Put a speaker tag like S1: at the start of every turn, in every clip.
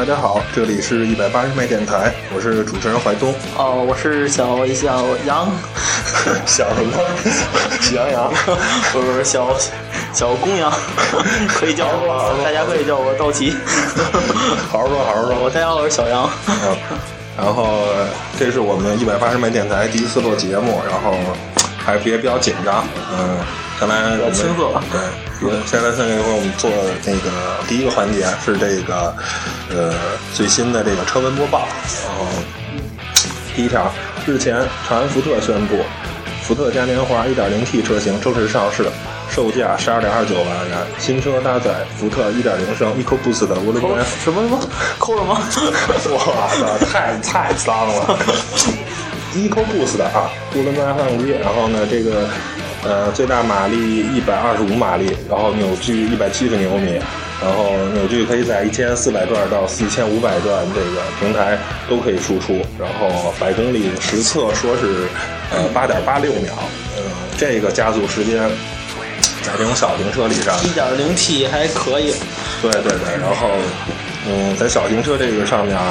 S1: 家好，这里是180迈电台，我是主持人怀东。
S2: 我是小杨，
S1: 小什么？喜羊羊？
S2: 不是小公羊，可以叫我，大家可以叫我道奇。
S1: 好好说。
S2: 大家好，我是小杨。
S1: 然后这是我们180迈电台第一次做节目，然后还也比较紧张。看来我们
S2: 青涩。
S1: 对，现在我们做那个第一个环节是这个最新的这个车闻播报。然后第一条，日前长安福特宣布，福特嘉年华 1.0T 车型正式上市，售价12.29万元，新车搭载福特1.0升 EcoBoost 的涡轮增压。
S2: 什么扣了吗？
S1: 哇塞，太脏了！EcoBoost 的涡轮增压发动机，然后呢，这个最大马力125马力，然后扭矩170牛米，然后扭矩可以在1400转到4500转这个平台都可以输出，然后100公里实测说是8.86秒，这个加速时间在这种小型车里上
S2: 1.0T 还可以。
S1: 对，然后在小型车这个上面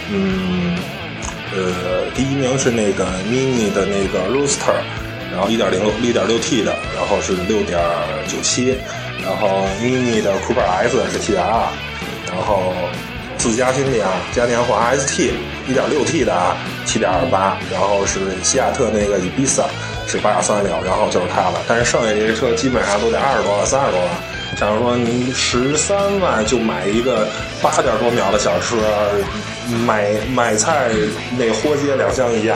S1: 第一名是那个 Mini 的那个 Roadster，然后 1.6T 的，然后是6.97，然后 Mini 的 Cooper S 是7.2，然后自家新的嘉年华 ST 1.6T 的7.28，然后是西雅特那个 Ibiza 是8.36，然后就是它了。但是剩下这些车基本上都得20多万、30多万。像说你13万就买一个8点多秒的小车，买菜那活街2箱一样。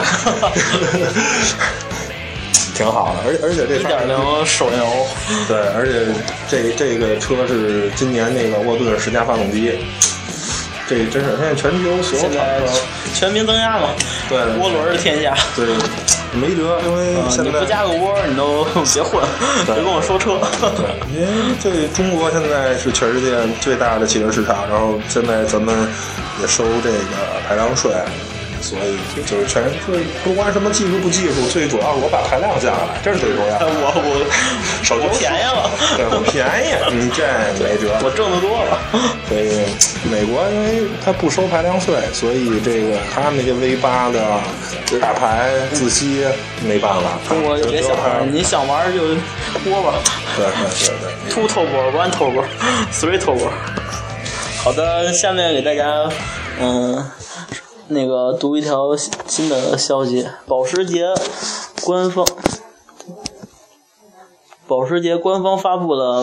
S1: 挺好的，而且这
S2: 1.0手油，
S1: 对，而且这个车是今年那个沃顿10加发动机，这真是现在全球所有
S2: 现在全民增压嘛，
S1: 对，
S2: 涡轮的天下，
S1: 对，没辙，因为现在
S2: 你不加个涡你都别混，别跟我说车。
S1: 对，因为这中国现在是全世界最大的汽车市场，然后现在咱们也收这个排量税。所以就是不管什么技术不技术，最主要是我把排量降下来，这是最重要的。
S2: 我手就便宜了，
S1: 对，我便宜，这没辙，
S2: 我挣得多了。
S1: 所以美国因为它不收排量税，所以这个他们那些 V8的大牌自吸没办法。
S2: 中国就别想了，你想玩就播吧。
S1: 对。
S2: 2 turbo 1 turbo 3 turbo。好的，下面给大家那个读一条新的消息，保时捷官方发布了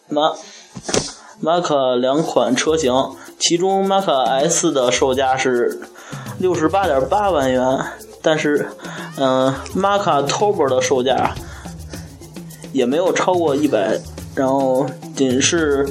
S2: Macan 2款车型，其中 Macan S 的售价是68.8万元，但是Macan Turbo 的售价也没有超过100，然后仅是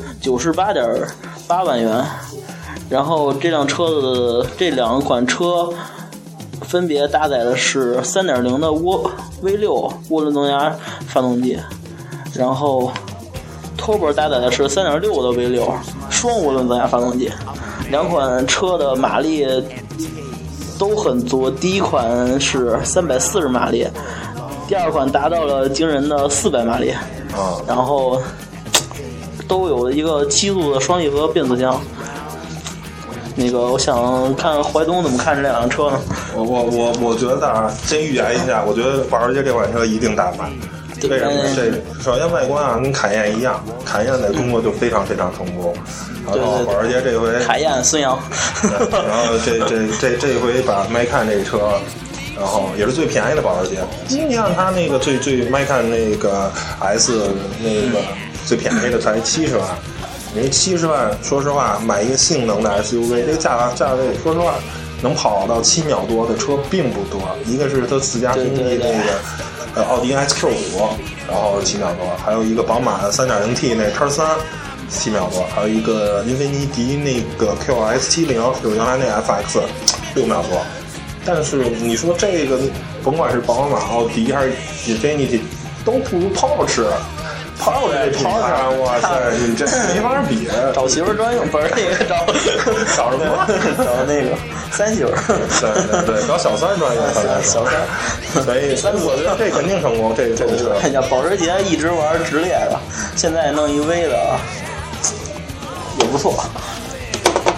S2: 98.8万元。然后这两款车分别搭载的是 3.0 的V6 涡轮增压发动机，然后 Turbo 搭载的是 3.6 的 V6 双涡轮增压发动机。两款车的马力都很足，第一款是340马力，第二款达到了惊人的400马力，然后都有一个7速的双离合变速箱。那个，我想看怀东怎么看这两辆车呢？
S1: 我觉得先预言一下，我觉得保时捷这款车一定大卖。为什么？这首先外观跟凯宴一样，凯宴在中国就非常非常成功。然后保时捷这回
S2: 凯宴孙杨，
S1: 然后这回把Macan这车，然后也是最便宜的保时捷。你看它那个最Macan那个 S 那个最便宜的才70万。你70万，说实话，买一个性能的 SUV， 这个价位，说实话，能跑到7秒多的车并不多。一个是它自家兄弟那个奥迪 XQ5，然后7秒多，还有一个宝马 3.0T 那 X3 7秒多，还有一个英菲尼迪那个 QS70，就是原来那 FX 6秒多。但是你说这个，甭管是宝马、奥迪还是英菲尼迪，都不如Porsche。跑这品牌，哇塞，你这没法比。
S2: 找媳妇专用，不是那个找什么？找那个3媳妇。
S1: 对，找小三专用。小三。所以我觉得这肯定成功。这个车。
S2: 哎呀，保时捷一直玩直列的，现在弄一 V 的也不错。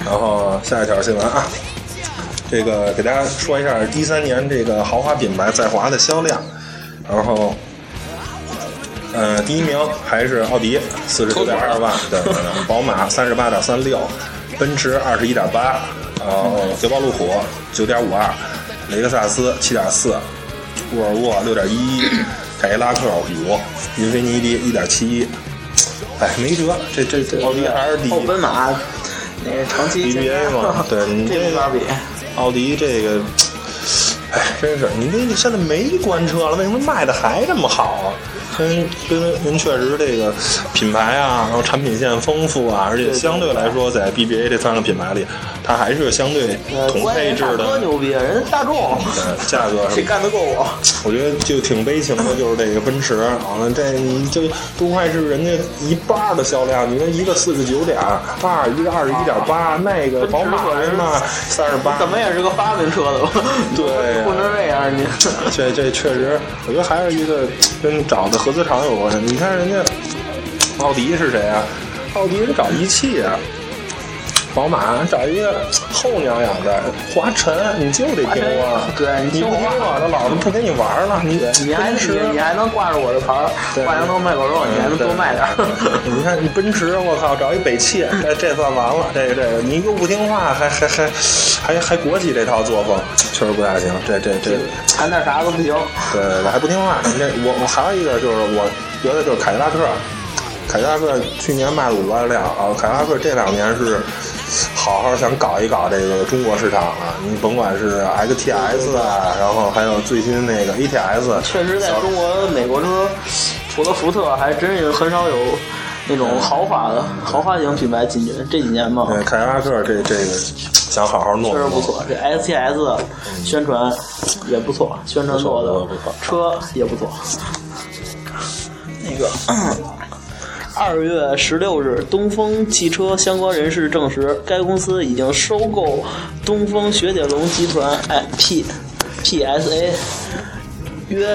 S1: 然后下一条新闻啊，这个给大家说一下13年这个豪华品牌在华的销量，然后第一名还是奥迪49.2万，对，宝马38.36，奔驰21.8，然后捷豹路虎9.52，雷克萨斯7.4，沃尔沃6.11，凯迪拉克5，英菲尼迪1.71。哎，没辙，这奥迪还是第一。
S2: 奔马那个长期
S1: BBA 嘛，对，你
S2: 这没法比。
S1: 奥迪这个，哎，真是你这现在没官车了，为什么卖的还这么好啊？跟人确实这个品牌啊，然后产品线丰富啊，而且相对来说，在 BBA 这3个品牌里，它还是相对同配置的。
S2: 多牛逼，人大众，
S1: 对，价格
S2: 谁干得过我？
S1: 我觉得就挺悲情的，就是这个奔驰，完了这你就都快是人家一半的销量，你说一个49.2，一个21.8，那个宝马人嘛38，
S2: 怎么也是个发明车的吧？
S1: 对，
S2: 不能这样你。
S1: 这确实，我觉得还是一个跟找的合资厂有关。你看人家奥迪是谁啊？奥迪人找一汽啊。宝马找一个后娘养的华晨，你就得听我，
S2: 对，
S1: 你不听我的，老子不跟你玩了。你
S2: 还能挂着我的牌儿，挂羊头卖狗肉，你还能多卖点。
S1: 你看你奔驰，我靠，找一北汽，这算完了。这个你又不听话，还国企这套作风，确实不太行。这
S2: 谈点啥都不行。
S1: 对，还不听话。我还有一个就是，我觉得就是凯迪拉克。凯迪拉克去年卖了5万辆啊！凯迪拉克这2年是好好想搞一搞这个中国市场了。你甭管是 XTS 啊，然后还有最新那个 ATS，
S2: 确实在中国美国车除了福特，还真是很少有那种豪华型品牌进军。这几年嘛，
S1: 对，凯迪拉克这个想好好弄，
S2: 确实不错。这 XTS 宣传也不错，宣传做的车也不错。那个。2月16日，东风汽车相关人士证实，该公司已经收购东风雪铁龙集团 PSA 约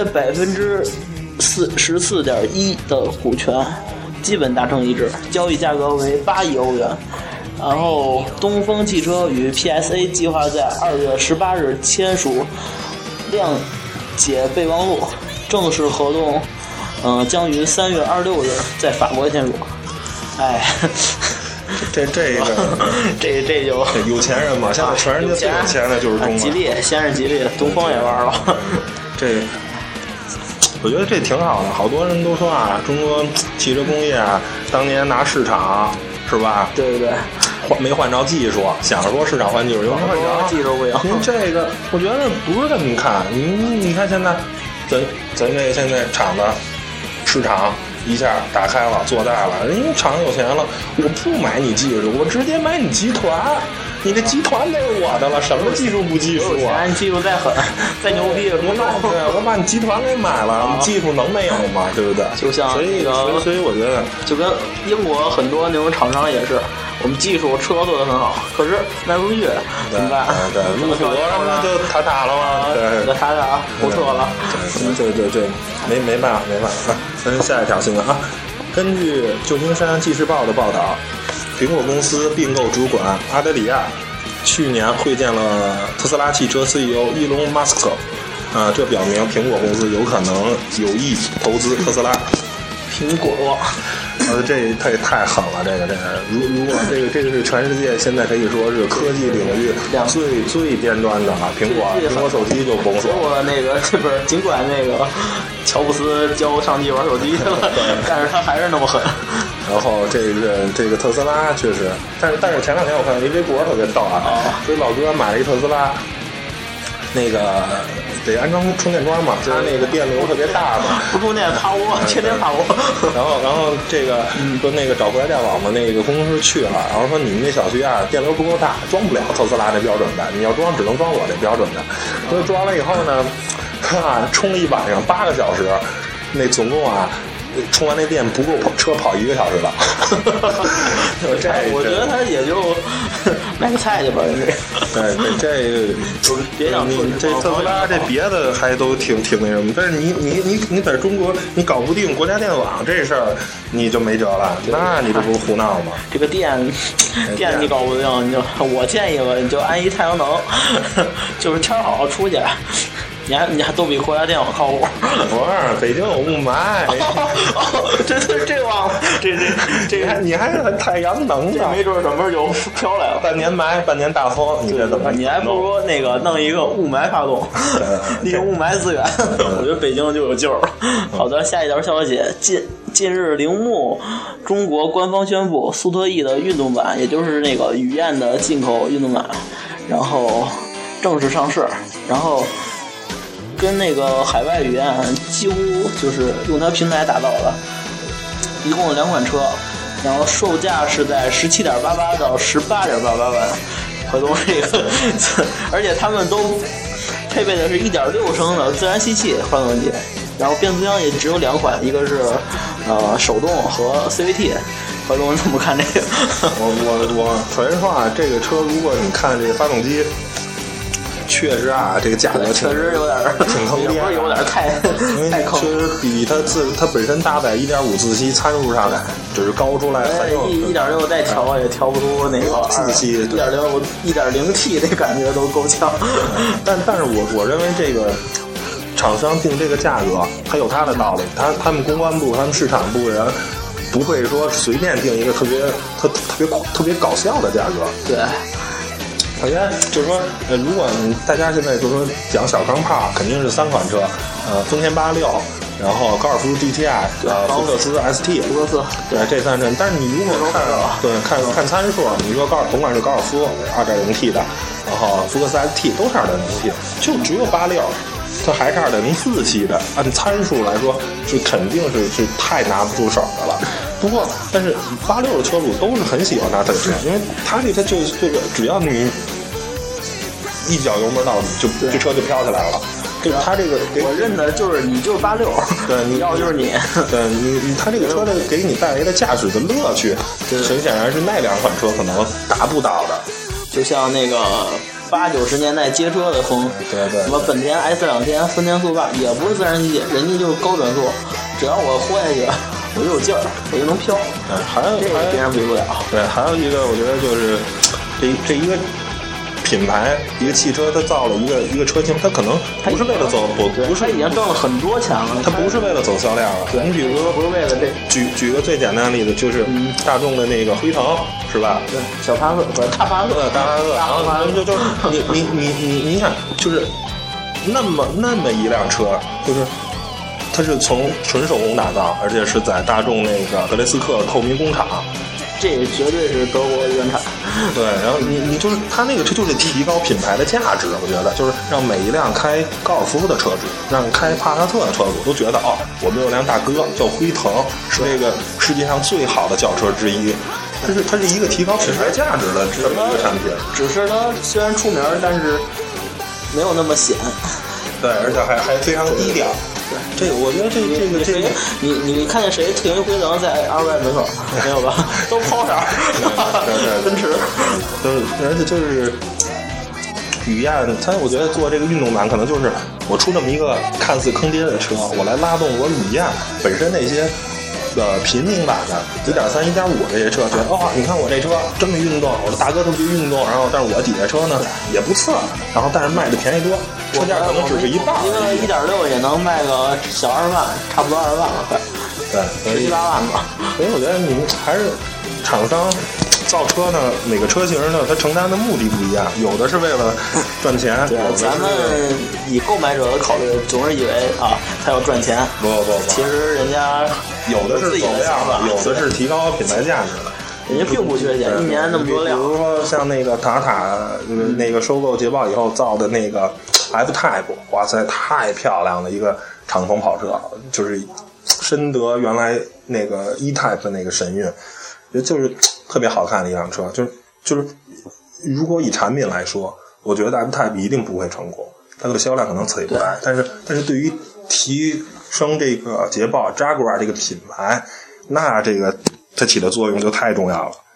S2: 14.1%的股权，基本达成一致，交易价格为8亿欧元。然后，东风汽车与 PSA 计划在2月18日签署谅解备忘录，正式合同。将于3月26日在法国签署。哎，
S1: 这个
S2: 这就
S1: 有钱人嘛，现在全世界最有钱的就是中国。
S2: 吉利，先是吉利，东风也玩了。
S1: 我觉得这挺好的。好多人都说啊，中国汽车工业啊，当年拿市场是吧？
S2: 对，
S1: 没换着技术，想说市场换技术，有没换着
S2: 技术不行。
S1: 您这个，我觉得不是这么看。你看现在，咱这现在厂子。市场一下打开了，做大了，人家厂有钱了，我不买你技术，我直接买你集团，你这集团都是我的了，什么技术不技术啊？
S2: 技术再狠，再牛逼，
S1: 我把你集团给买了，你技术能没有吗？对不对？
S2: 就像
S1: 所以我觉得，
S2: 就跟英国很多那种厂商也是。我们技术车做得很好，可是卖不出去，怎么办？
S1: 对，路虎那就塔了吗？
S2: 对，塔不撤了。
S1: 对，没办法。咱下一条新闻啊，根据旧金山纪事报的报道，苹果公司并购主管阿德里亚去年会见了特斯拉汽车 CEO 伊隆马斯克，这表明苹果公司有可能有意投资特斯拉。
S2: 苹果，
S1: 这也太狠了，这个，如果这个是全世界现在可以说是科技领域最尖端的啊，苹果手机就甭说。
S2: 我那个不是，尽管那个乔布斯教上帝玩手机了，但是他还是那么狠。
S1: 然后这个特斯拉确实，但是前2天我看一微博特别逗啊，所以老哥买了一特斯拉，那个。得安装充电桩嘛，它那个电流特别大嘛，
S2: 不充电趴窝，天天趴窝。
S1: 然后这个说那个找国家电网的那个工程师去了，然后说你们那小区啊电流不够大，装不了特斯拉那标准的，你要装只能装我这标准的。所以装了以后呢，充了一晚上8个小时，那总共啊。充完那电不够车跑1个小时了。
S2: 我觉得他也就买个菜去吧。
S1: 对，这
S2: 别想说
S1: 这特斯拉这别的还都挺那什么，但是你在中国你搞不定国家电网这事儿，你就没辙了，那你这不是胡闹吗？
S2: 这个电你搞不定，我建议吧，你就安一太阳能，就是天好出去。你还都比国家电网靠谱。
S1: 不是，北京有雾霾。
S2: 这忘了，这
S1: 你还是太阳能的，
S2: 没准什么时候就飘来了。
S1: 半年霾，半年大风，你这怎么？
S2: 你还不如那个弄一个雾霾发动，利用雾霾资源，我觉得北京就有救了。好的，下一条消息，近日铃木中国官方宣布速特 E 的运动版，也就是那个雨燕的进口运动版，然后正式上市，然后跟那个海外雨燕几乎就是用它平台打造的，一共2款车，然后售价是在17.88到18.88万，回头这个，而且他们都配备的是1.6升的自然吸气发动机，然后变速箱也只有2款，一个是手动和 CVT。回头我怎么看这个？
S1: 我说实话，这个车如果你看这个发动机。确实啊，这个价格
S2: 确实有点
S1: 挺坑爹，
S2: 有点太坑，
S1: 确实比它本身搭载 1.5 自吸参数上只是高出来很多。
S2: 1.6再调也调不出那个
S1: 自吸
S2: 1.0T 这感觉都够呛。
S1: 但是我认为这个厂商定这个价格，它有它的道理。他们公关部、他们市场部人不会说随便定一个特别搞笑的价格。
S2: 对。
S1: 首先就是说，如果大家现在就是说讲小钢炮，肯定是3款车，丰田86，然后高尔夫 GTI，福克斯 ST， 对这3车。但是你如果看参数，你说甭管是高尔夫 2.0T 的，然后福克斯 ST 都是 2.0T， 就只有86。它还是2.0自吸的，按参数来说，是肯定是太拿不出手的了。不过，但是86的车主都是很喜欢它的车，因为它这就是这个，只要你一脚油门到底，这车就飘起来了。对，它这个
S2: 我认的就是你就是86，
S1: 对，
S2: 你要就是你，
S1: 对它这个车的给你带来的驾驶的乐趣，很显然是那2款车可能达不到的。
S2: 就像那个80、90年代街车的风，
S1: 对，
S2: 什么本田 S2000、丰田速霸也不是自然吸气，人家就是高转速，只要我豁下去，我就有劲儿，我就能飘。
S1: 还有
S2: 这个别人比不了。
S1: 对，还有一个我觉得就是这一个品牌，一个汽车，它造了一个车型，它可能不是为了走，不是，
S2: 它已经挣了很多钱了，
S1: 它不是为了走销量了。你比如说，
S2: 不是为了这，
S1: 举个最简单的例子，就是大众的那个辉腾，是吧？
S2: 对，小帕萨特，大帕萨，
S1: 然后就是你看，就是那么一辆车，就是它是从纯手工打造，而且是在大众那个德雷斯克透明工厂。
S2: 这绝对是德国原产。
S1: 对，然后你就是它那个车就是提高品牌的价值，我觉得就是让每一辆开高尔夫的车主，让开帕萨特的车主都觉得我们有辆大哥叫辉腾，是这个世界上最好的轿车之一。它是一个提高品牌价值的这么一个产品。
S2: 只是它虽然出名，但是没有那么显。
S1: 对，而且还非常低调。对，这个我觉得这个，
S2: 你看见谁停一辉腾在200门口没有吧？都抛色，
S1: 对，
S2: 奔驰，
S1: 而且就是雨燕，我觉得做这个运动版可能就是我出这么一个看似坑爹的车，我来拉动我雨燕本身那些。平民版的1.3、1.5这些车，觉得你看我这车这么运动，我的大哥特别运动，然后但是我底下车呢也不次，然后但是卖的便宜多，车价可能只是一半。
S2: 一个1.6也能卖个小20万，差不多20万了，快。
S1: 对
S2: ，17、18万吧。
S1: 所以我觉得你们还是厂商造车呢，每个车型呢，它承担的目的不一样，有的是为了赚钱。
S2: 对，咱们以购买者的考虑，总是以为他要赚钱。
S1: 不，
S2: 其实人家
S1: 有的是走量的，有的是提高品牌价值的。
S2: 人家并不缺钱，一年那么多辆。
S1: 比如说像那个塔那个收购捷豹以后造的那个 F-Type， 哇塞，太漂亮了，一个敞篷跑车，就是深得原来那个 E-Type 那个神韵，就是特别好看的一辆车。就是如果以产品来说，我觉得 F-Type 一定不会成功，它的销量可能起不来，但是对于提升这个捷豹 Jaguar 这个品牌，那这个它起的作用就太重要了。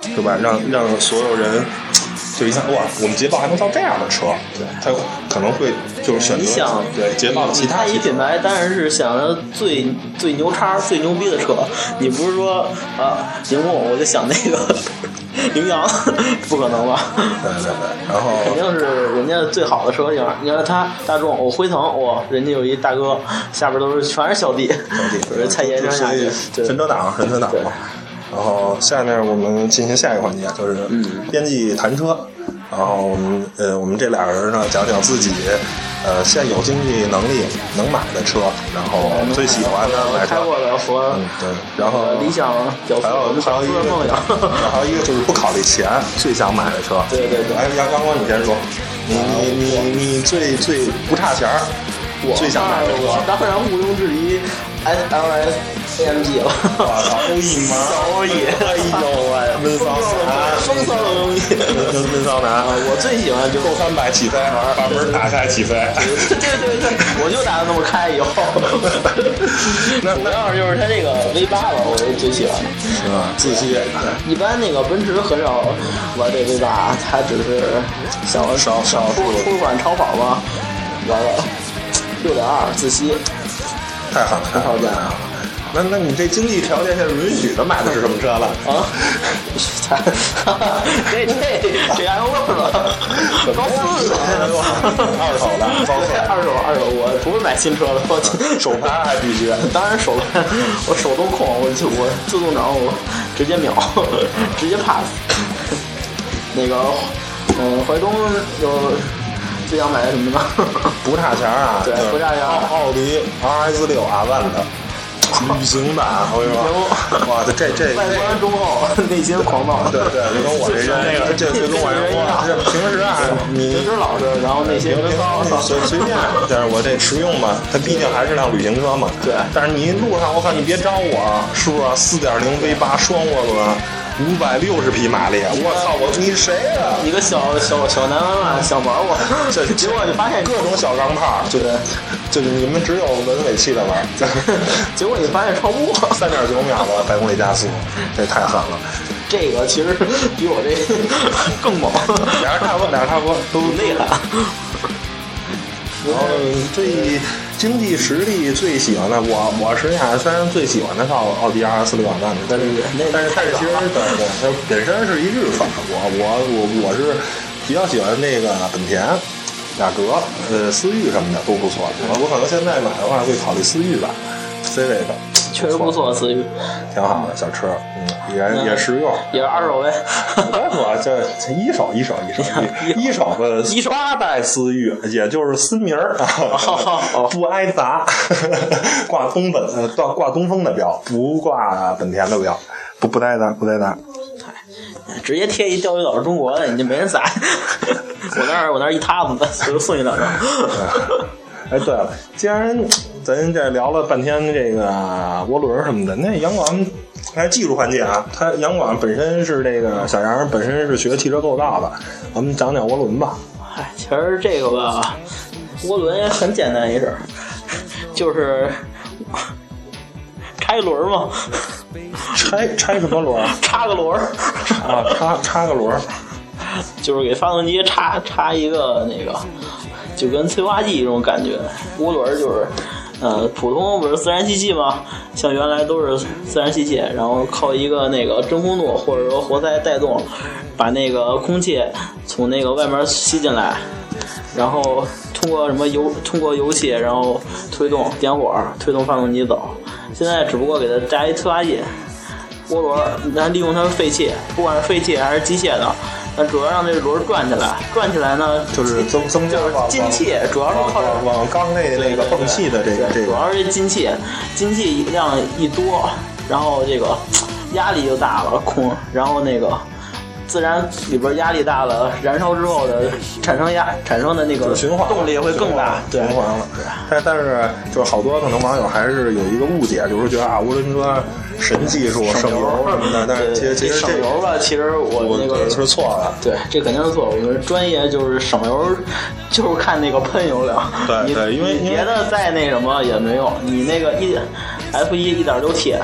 S1: 对吧？让所有人就一看哇，我们捷豹还能造这样的车，对，他可能会就是选择对捷豹的其他
S2: 一品牌当然是想着最牛叉、最牛逼的车，你不是说铃木我就想那个羚羊，不可能吧？
S1: 对，然后
S2: 肯定是人家最好的车型。你看他大众，我辉腾，哇，人家有一大哥，下边都是全是小弟，蔡延生下去，
S1: 神车党嘛。然后下面我们进行下一个环节，就是编辑谈车。然后我们这俩人呢，讲讲自己现有经济能力能买的车，然后最喜欢的买车，
S2: 开过的和
S1: 对，然后
S2: 理想屌丝的梦想，
S1: 还有一个就是不考虑钱最想买的车。
S2: 对。
S1: 哎，杨刚你先说，你最不差钱最想买的车？
S2: 当然毋庸置疑 SLS AMG 了。
S1: 我操，欧意吗？
S2: 欧意，
S1: 哎呦喂，闷骚男，
S2: 风骚的东西，
S1: 闷骚男。我
S2: 最喜欢就是
S1: 够300起飞，把门打开起飞。
S2: 对，我就打算那么开以后。那主要就是它这个 V8吧，我是最喜欢的。
S1: 是吧？自吸。
S2: 一般那个奔驰很少玩这 V8，它只是想
S1: 少
S2: 出款超跑嘛，玩了6.2自吸，
S1: 太狠了，
S2: 很少见啊。
S1: 那你这经济条件现在允许的买的是什么车了？
S2: 啊，这还用问了？高四的
S1: ，2手的，
S2: 二手，我不会买新车的，我
S1: 手牌还必须。
S2: 当然手牌，我手动控，我自动挡我直接秒，直接 pass。那个，怀东有最想买的什么呢？
S1: 不差钱啊，
S2: 对，不差钱。
S1: 奥迪 RS6 Avant。旅行版，我跟你说，哇，这
S2: 外观忠厚，内心狂暴，
S1: 对，就跟我这人那个，这跟我人一样。平时啊，你
S2: 平时老实，然后内心
S1: 随便，但是我这实用嘛，它毕竟还是辆旅行车嘛。
S2: 对。
S1: 但是你路上，我靠，你别招我，叔啊，4.0 V8 双涡轮，560匹马力，我操，你谁啊？
S2: 一个小男娃想玩我，结果你发现
S1: 各种小钢炮，就是你们只有文尾气的玩，
S2: 结果你发现超不过
S1: 3.9秒的100公里加速，这太狠了。
S2: 这个其实比我这更猛，
S1: 俩人差不多
S2: 都厉害。
S1: 然后最经济实力最喜欢的，我实际上虽然最喜欢的是奥迪 RS6 Avant，但是其实它本身是一日粉，我是比较喜欢那个本田。雅阁、思域什么的都不错。我可能现在买的话会考虑思域吧，Civic
S2: 确实不错，思域
S1: 挺好的小车，也实用，
S2: 也是2手呗。
S1: 我这一手的8代思域，也就是新名儿，不挨砸，挂东风的标，不挂本田的标，不带砸。
S2: 直接贴一钓鱼岛是中国的，你就没人撒。我那一塌子的，就送你2张。
S1: 哎，对了，既然咱这聊了半天这个涡轮什么的，那杨广还技术环节啊，杨广本身是这个小杨本身是学汽车构造的，我们讲涡轮吧。
S2: 哎，其实这个吧，涡轮也很简单一事儿，就是拆轮嘛。
S1: 拆什么轮？
S2: 插个轮
S1: 啊，插个轮，
S2: 就是给发动机插一个那个，就跟催化剂这种感觉。涡轮就是普通不是自然吸气吗？像原来都是自然吸气，然后靠一个那个真空弩或者说活塞带动，把那个空气从那个外面吸进来，然后通过油气，然后点火推动发动机走。现在只不过给它加一催化剂。涡轮，咱利用它的废气，不管是废气还是机械的，那主要让这个轮转起来呢，
S1: 就是增加
S2: 进气，主要是靠
S1: 往缸内的那个泵气的这个，
S2: 主要是进气量一多，然后这个压力就大了，然后那个自然里边压力大了，燃烧之后的产生的那个动力会更大，对，
S1: 循环了。但是就是好多可能网友还是有一个误解，就是觉得涡轮车神技术省油什么的，但是其实
S2: 省油吧，其实我那个
S1: 是错的，
S2: 对，这肯定是错。我们专业就是省油，就是看那个喷油量，
S1: 对，因为
S2: 别的再那什么也没用，你那个F1 1.6T。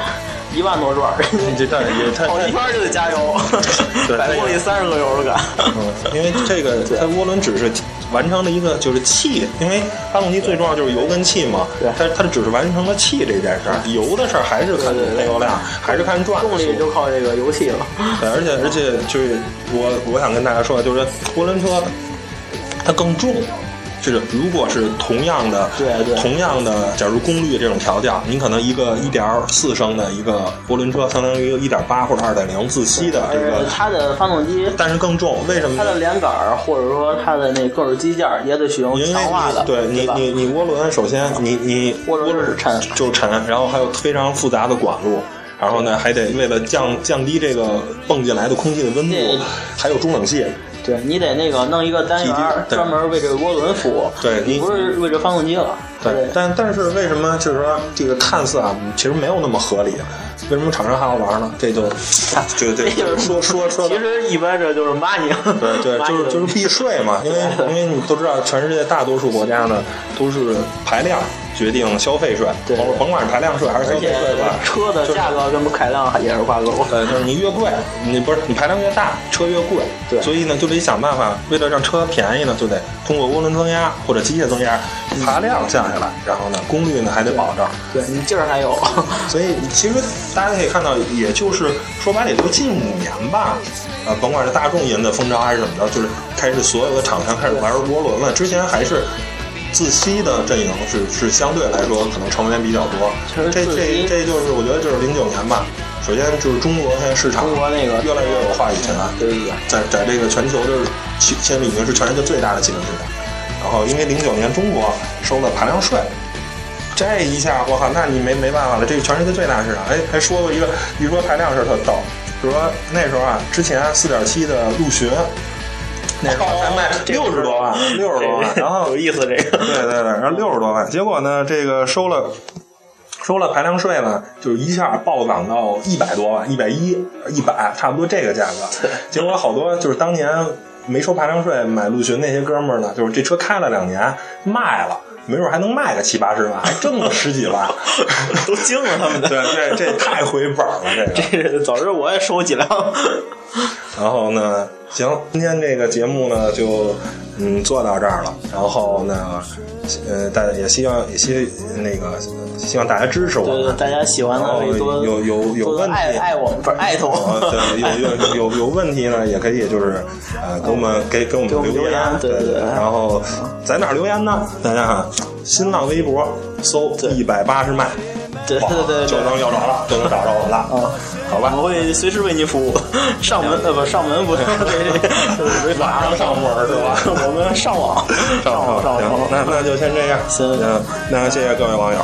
S2: 1万多转，
S1: 这也太
S2: 跑一圈就得加油，100公里30个油的干。
S1: 因为这个它涡轮只是完成了一个就是气，因为发动机最重要就是油跟气嘛，它只是完成了气这件事儿，油的事儿还是看内油量，还是看转，
S2: 动力就靠这个油气了。
S1: 对，而且就是我想跟大家说，就是涡轮车它更重。是，如果是同样的，假如功率这种调教，你可能一个1.4升的一个涡轮车，相当于一个1.8或者2.0自吸的这个，
S2: 它的发动机，
S1: 但是更重，为什么？
S2: 它的连杆或者说它的那更是机件也得使用强化的。
S1: 对你涡轮，首先你
S2: 涡轮是
S1: 沉，然后还有非常复杂的管路。然后呢，还得为了降低这个泵进来的空气的温度，还有中冷器。
S2: 对，你得那个弄一个单元专门为这个涡轮服务。
S1: 对，你
S2: 不是为这发动机了。
S1: 对，但是为什么就是说这个看似啊，其实没有那么合理？为什么厂商还要玩呢？这就说，
S2: 其实一般这就是 money。
S1: 对，就是避税嘛，因为你都知道，全世界大多数国家呢都是排量决定消费税，甭管是排量税还是消费税吧。
S2: 车的价格跟排量也是挂钩。
S1: 对，就是你越贵，你排量越大，车越贵。
S2: 对，
S1: 所以呢就得想办法，为了让车便宜呢，就得通过涡轮增压或者机械增压，排量降下来，然后呢功率呢还得保证。
S2: 对，你劲儿还有。
S1: 所以其实大家可以看到，也就是说白了，也就近5年吧。甭管是大众引的风潮还是怎么着，就是开始所有的厂商开始玩涡轮了。之前还是自吸的阵营是相对来说可能成员比较多。这就是我觉得就是09年吧。首先就是中国现在市场，
S2: 中国那个
S1: 越来越有话语权，
S2: 对，
S1: 在这个全球的现在已经是全世界最大的汽车市场。然后因为09年中国收了排量税。这一下我靠，那你没办法了，这全世界最大市场。还说过一说排量事特逗，就是说那时候啊，之前4.7的陆巡，那时候才卖60多万，然后
S2: 有意思这个，
S1: 对，然后60多万，结果呢，这个收了排量税呢，就是一下暴涨到100多万，110、100，差不多这个价格。结果好多就是当年没收排量税买陆巡那些哥们儿呢，就是这车开了2年卖了。没准还能卖个70、80万，还挣了10几万，
S2: 都惊了他们的。
S1: 对，这太回本了，
S2: 这早知道我也收几辆。
S1: 然后呢，行，今天这个节目呢就做到这儿了。然后呢，大家也希望大家支持我们。
S2: 对，大家喜欢的可以多
S1: 有问题
S2: 爱我们，不是艾特我们。
S1: 对，有问题呢，也可以就是给我们留言。对。然后在哪儿留言呢？大家看新浪微博搜180迈。
S2: 对，
S1: 就能要着了，就能找着我们了。好吧，
S2: 我会随时为您服务。上门不上门不，
S1: 晚上上门是吧？
S2: 我们上网。
S1: 行，那就先这样。
S2: 行，
S1: 那谢谢各位网友。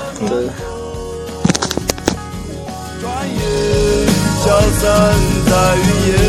S3: 转眼消散在云烟。